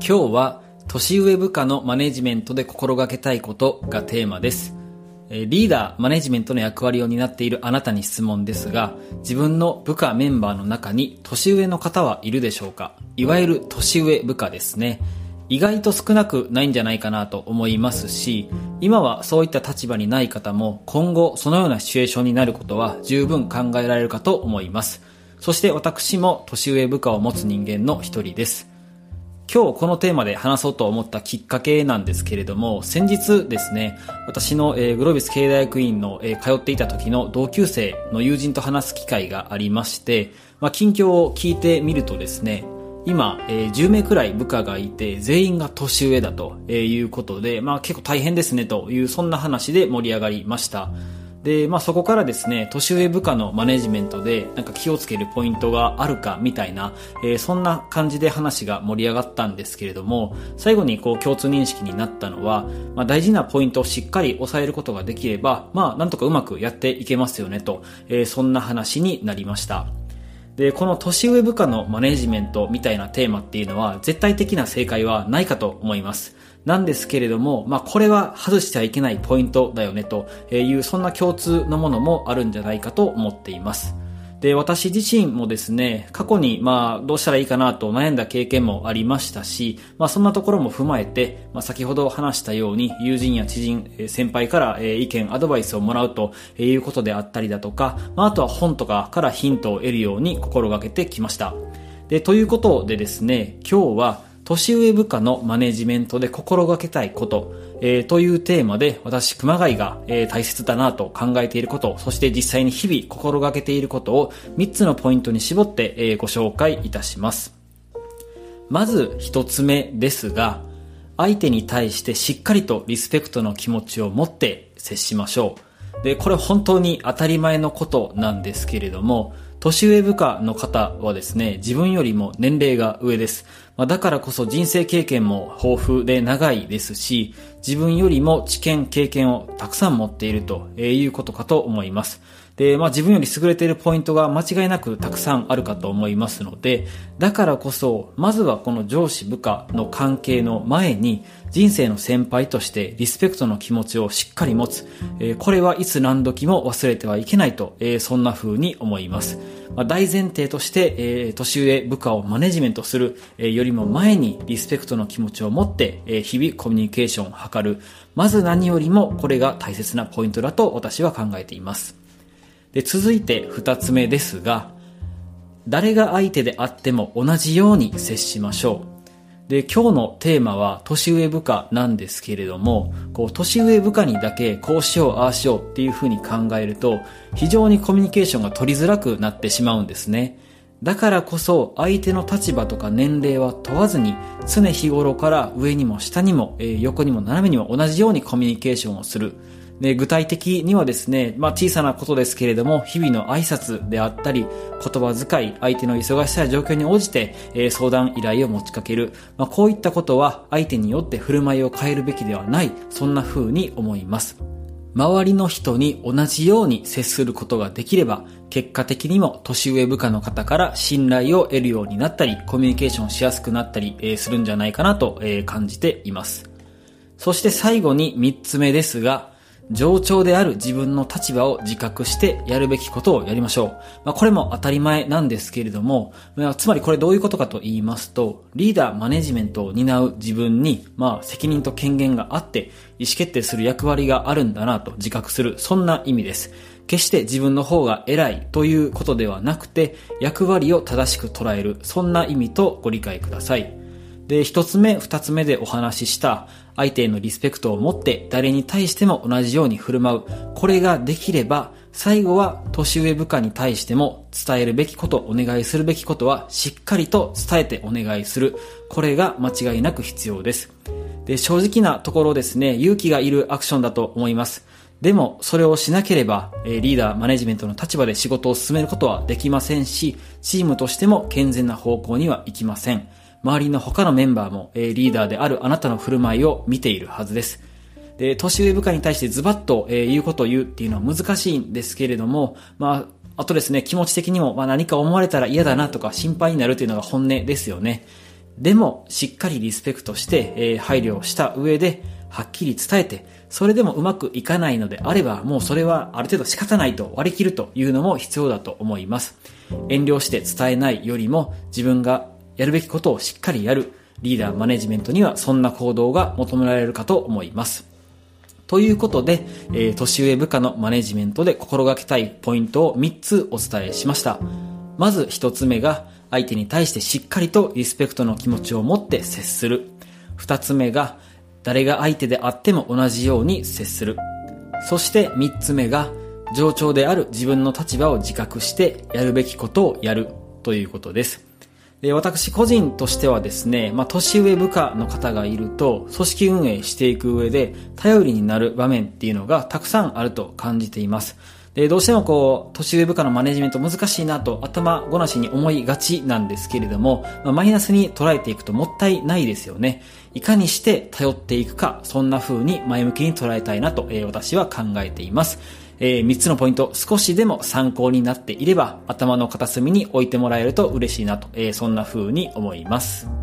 今日は年上部下のマネジメントで心がけたいことがテーマです。リーダー、マネジメントの役割を担っているあなたに質問ですが、自分の部下メンバーの中に年上の方はいるでしょうか？いわゆる年上部下ですね。意外と少なくないんじゃないかなと思いますし、今はそういった立場にない方も今後そのようなシチュエーションになることは十分考えられるかと思います。そして私も年上部下を持つ人間の一人です。今日このテーマで話そうと思ったきっかけなんですけれども、先日ですね、私のグロービス経営大学院の通っていた時の同級生の友人と話す機会がありまして、近況を聞いてみるとですね、今、10名くらい部下がいて全員が年上だということで、結構大変ですねというそんな話で盛り上がりました。で、そこからですね、年上部下のマネジメントで気をつけるポイントがあるかみたいな、そんな感じで話が盛り上がったんですけれども、最後に共通認識になったのは、大事なポイントをしっかり抑えることができれば、なんとかうまくやっていけますよねと、そんな話になりました。で、この年上部下のマネジメントみたいなテーマっていうのは絶対的な正解はないかと思います。なんですけれども、これは外してはいけないポイントだよねというそんな共通のものもあるんじゃないかと思っています。で、私自身もですね、過去にどうしたらいいかなと悩んだ経験もありましたし、そんなところも踏まえて、先ほど話したように友人や知人、先輩から意見、アドバイスをもらうということであったりだとか、あとは本とかからヒントを得るように心がけてきました。で、ということでですね、今日は年上部下のマネジメントで心がけたいこと、というテーマで私熊谷が、大切だなと考えていること、そして実際に日々心がけていることを3つのポイントに絞って、ご紹介いたします。まず1つ目ですが、相手に対してしっかりとリスペクトの気持ちを持って接しましょう。で、これ本当に当たり前のことなんですけれども、年上部下の方はですね、自分よりも年齢が上です。だからこそ人生経験も豊富で長いですし、自分よりも知見経験をたくさん持っているということかと思います。で、自分より優れているポイントが間違いなくたくさんあるかと思いますので、だからこそまずはこの上司部下の関係の前に人生の先輩としてリスペクトの気持ちをしっかり持つ、これはいつ何時も忘れてはいけないと、そんな風に思います。大前提として、年上部下をマネジメントする、よりも前にリスペクトの気持ちを持って、日々コミュニケーションを図る。まず何よりもこれが大切なポイントだと私は考えています。で、続いて2つ目ですが、誰が相手であっても同じように接しましょう。で、今日のテーマは年上部下なんですけれども、年上部下にだけこうしようああしようっていうふうに考えると、非常にコミュニケーションが取りづらくなってしまうんですね。だからこそ相手の立場とか年齢は問わずに、常日頃から上にも下にも、横にも斜めにも同じようにコミュニケーションをする。で、具体的にはですね、小さなことですけれども、日々の挨拶であったり、言葉遣い、相手の忙しさや状況に応じて、相談依頼を持ちかける。こういったことは相手によって振る舞いを変えるべきではない、そんな風に思います。周りの人に同じように接することができれば、結果的にも年上部下の方から信頼を得るようになったり、コミュニケーションしやすくなったり、するんじゃないかなと、感じています。そして最後に3つ目ですが、上長である自分の立場を自覚してやるべきことをやりましょう。これも当たり前なんですけれども、つまりこれどういうことかと言いますと、リーダー、マネジメントを担う自分に、責任と権限があって、意思決定する役割があるんだなと自覚する、そんな意味です。決して自分の方が偉いということではなくて、役割を正しく捉える、そんな意味とご理解ください。で、一つ目、二つ目でお話しした相手へのリスペクトを持って誰に対しても同じように振る舞う。これができれば、最後は年上部下に対しても伝えるべきこと、お願いするべきことはしっかりと伝えてお願いする。これが間違いなく必要です。で、正直なところですね、勇気がいるアクションだと思います。でも、それをしなければ、リーダー、マネジメントの立場で仕事を進めることはできませんし、チームとしても健全な方向にはいきません。周りの他のメンバーも、リーダーであるあなたの振る舞いを見ているはずです。で、年上部下に対してズバッと、言うことを言うっていうのは難しいんですけれども、あとですね、気持ち的にも、何か思われたら嫌だなとか心配になるというのが本音ですよね。 でもしっかりリスペクトして、配慮をした上ではっきり伝えて、それでもうまくいかないのであれば、もうそれはある程度仕方ないと割り切るというのも必要だと思います。遠慮して伝えないよりも、自分がやるべきことをしっかりやるリーダーマネジメントにはそんな行動が求められるかと思います。ということで、年上部下のマネジメントで心がけたいポイントを3つお伝えしました。まず1つ目が、相手に対してしっかりとリスペクトの気持ちを持って接する。2つ目が、誰が相手であっても同じように接する。そして3つ目が、上長である自分の立場を自覚してやるべきことをやるということです。で、私個人としてはですね、年上部下の方がいると、組織運営していく上で頼りになる場面っていうのがたくさんあると感じています。で、どうしても年上部下のマネジメント難しいなと頭ごなしに思いがちなんですけれども、マイナスに捉えていくともったいないですよね。いかにして頼っていくか、そんな風に前向きに捉えたいなと、私は考えています。3つのポイント少しでも参考になっていれば頭の片隅に置いてもらえると嬉しいなと、そんな風に思います。